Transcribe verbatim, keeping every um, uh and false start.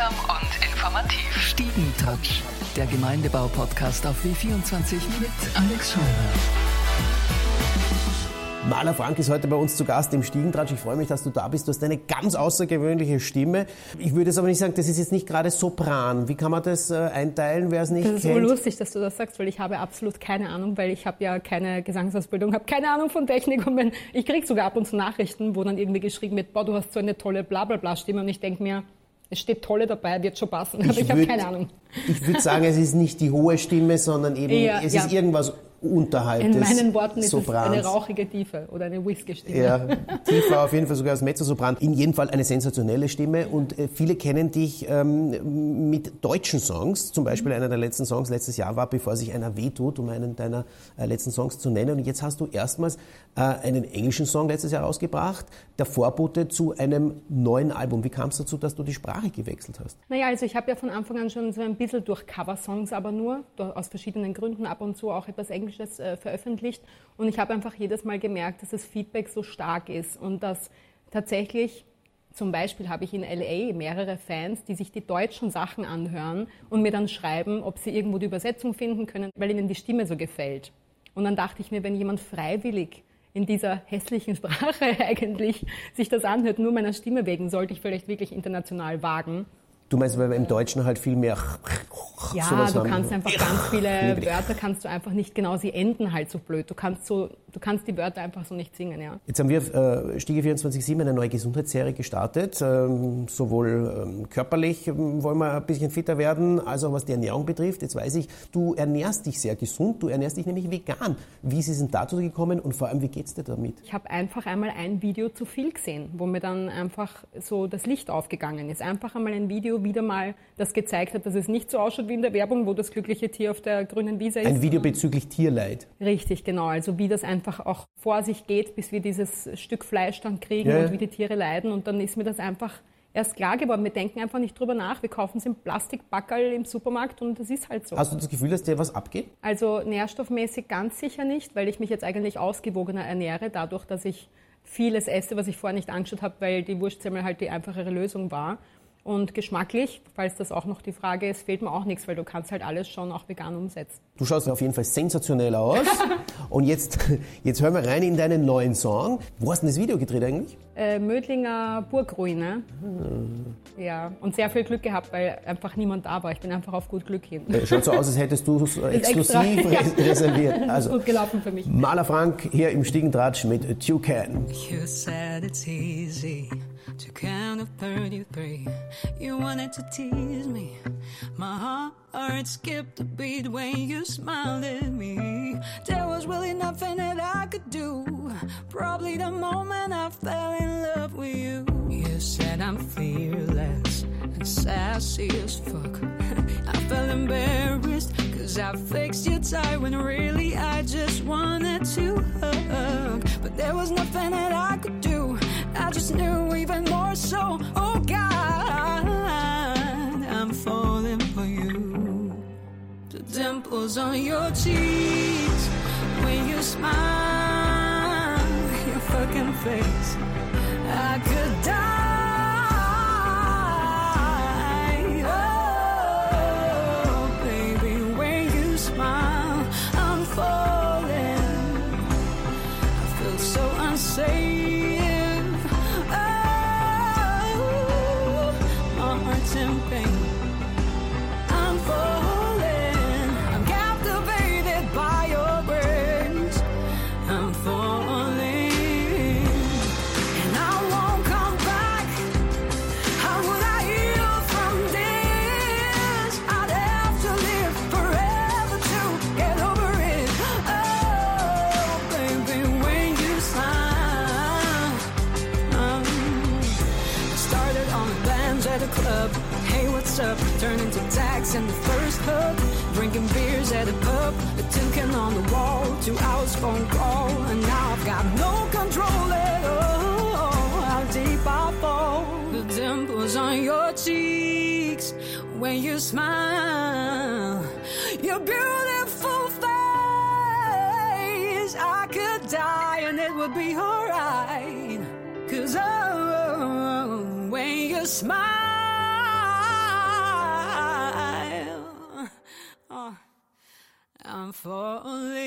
Unterhaltsam und informativ. Stiegentouch, der Gemeindebau-Podcast auf W vierundzwanzig mit Alex Scheuer. Maler Frank ist heute bei uns zu Gast im Stiegentratsch. Ich freue mich, dass du da bist. Du hast eine ganz außergewöhnliche Stimme. Ich würde jetzt aber nicht sagen, das ist jetzt nicht gerade Sopran. Wie kann man das äh, einteilen, wer es nicht kennt? Das ist so lustig, dass du das sagst, weil ich habe absolut keine Ahnung, weil ich habe ja keine Gesangsausbildung, habe keine Ahnung von Technik und wenn, ich kriege sogar ab und zu Nachrichten, wo dann irgendwie geschrieben wird, boah, du hast so eine tolle Blablabla-Stimme und ich denke mir, es steht Tolle dabei, wird schon passen, aber ich, ich habe keine Ahnung. Ich würde sagen, es ist nicht die hohe Stimme, sondern eben, ja, es ja. ist irgendwas unterhalb In des meinen Worten ist Soprans. Es eine rauchige Tiefe oder eine Whisky-Stimme. Ja, tiefer auf jeden Fall sogar als Mezzosopran. In jedem Fall eine sensationelle Stimme und äh, viele kennen dich ähm, mit deutschen Songs. Zum Beispiel einer der letzten Songs letztes Jahr war Bevor sich einer wehtut, um einen deiner äh, letzten Songs zu nennen. Und jetzt hast du erstmals äh, einen englischen Song letztes Jahr rausgebracht, der Vorbote zu einem neuen Album. Wie kam es dazu, dass du die Sprache gewechselt hast? Naja, also ich habe ja von Anfang an schon so ein bisschen durch Coversongs, aber nur aus verschiedenen Gründen ab und zu auch etwas Englisches äh, veröffentlicht und ich habe einfach jedes Mal gemerkt, dass das Feedback so stark ist und dass tatsächlich, zum Beispiel habe ich in L A mehrere Fans, die sich die deutschen Sachen anhören und mir dann schreiben, ob sie irgendwo die Übersetzung finden können, weil ihnen die Stimme so gefällt. Und dann dachte ich mir, wenn jemand freiwillig in dieser hässlichen Sprache eigentlich sich das anhört, nur meiner Stimme wegen, sollte ich vielleicht wirklich international wagen. Du meinst, weil wir im Deutschen halt viel mehr ja, du haben. kannst einfach ganz viele Wörter kannst du einfach nicht genau, sie enden halt so blöd. Du kannst so, du kannst die Wörter einfach so nicht singen, ja. Jetzt haben wir äh, Stiege vierundzwanzig sieben eine neue Gesundheitsserie gestartet. Ähm, sowohl ähm, körperlich ähm, wollen wir ein bisschen fitter werden, als auch was die Ernährung betrifft. Jetzt weiß ich, du ernährst dich sehr gesund, du ernährst dich nämlich vegan. Wie ist es denn dazu gekommen und vor allem, wie geht's dir damit? Ich habe einfach einmal ein Video zu viel gesehen, wo mir dann einfach so das Licht aufgegangen ist. Einfach einmal ein Video wieder mal das gezeigt hat, dass es nicht so ausschaut wie in der Werbung, wo das glückliche Tier auf der grünen Wiese ist. Ein Video bezüglich Tierleid. Richtig, genau. Also wie das einfach auch vor sich geht, bis wir dieses Stück Fleisch dann kriegen ja. und wie die Tiere leiden. Und dann ist mir das einfach erst klar geworden. Wir denken einfach nicht drüber nach. Wir kaufen es im Plastikbackerl im Supermarkt und das ist halt so. Hast du das Gefühl, dass dir was abgeht? Also nährstoffmäßig ganz sicher nicht, weil ich mich jetzt eigentlich ausgewogener ernähre, dadurch, dass ich vieles esse, was ich vorher nicht angeschaut habe, weil die Wurstsemmel halt die einfachere Lösung war. Und geschmacklich, falls das auch noch die Frage ist, fehlt mir auch nichts, weil du kannst halt alles schon auch vegan umsetzen. Du schaust auf jeden Fall sensationell aus. Und jetzt, jetzt hören wir rein in deinen neuen Song. Wo hast du das Video gedreht eigentlich? Äh, Mödlinger Burgruine. Hm. Ja, und sehr viel Glück gehabt, weil einfach niemand da war. Ich bin einfach auf gut Glück hin. Äh, schaut so aus, als hättest du es exklusiv extra, reserviert. Ja. Also, gut gelaufen für mich. Maler Frank hier im Stiegentratsch mit Toucan. You said it's easy to count to thirty-three. You wanted to tease me. My heart skipped a beat when you smiled at me. There was really nothing that I could do. Probably the moment I fell in love with you. You said I'm fearless and sassy as fuck. I felt embarrassed cause I fixed your tie when really I just wanted to hug. But there was nothing that I could do. I just knew even more so. Oh God, I'm falling for you. The dimples on your cheeks when you smile, your fucking face, I could die. Oh, baby, when you smile, I'm falling. I feel so unsafe. In pain. I'm falling, I'm captivated by your grace. I'm falling, and I won't come back. How would I heal from this? I'd have to live forever to get over it. Oh, baby, when you smile, um, I started on the bench at a club. Hey, what's up? Turn into tags in the first hug. Drinking beers at a pub. A toucan on the wall. Two hours phone call. And now I've got no control at all. How deep I fall. The dimples on your cheeks when you smile. Your beautiful face. I could die and it would be alright. Cause oh, when you smile, I'm falling.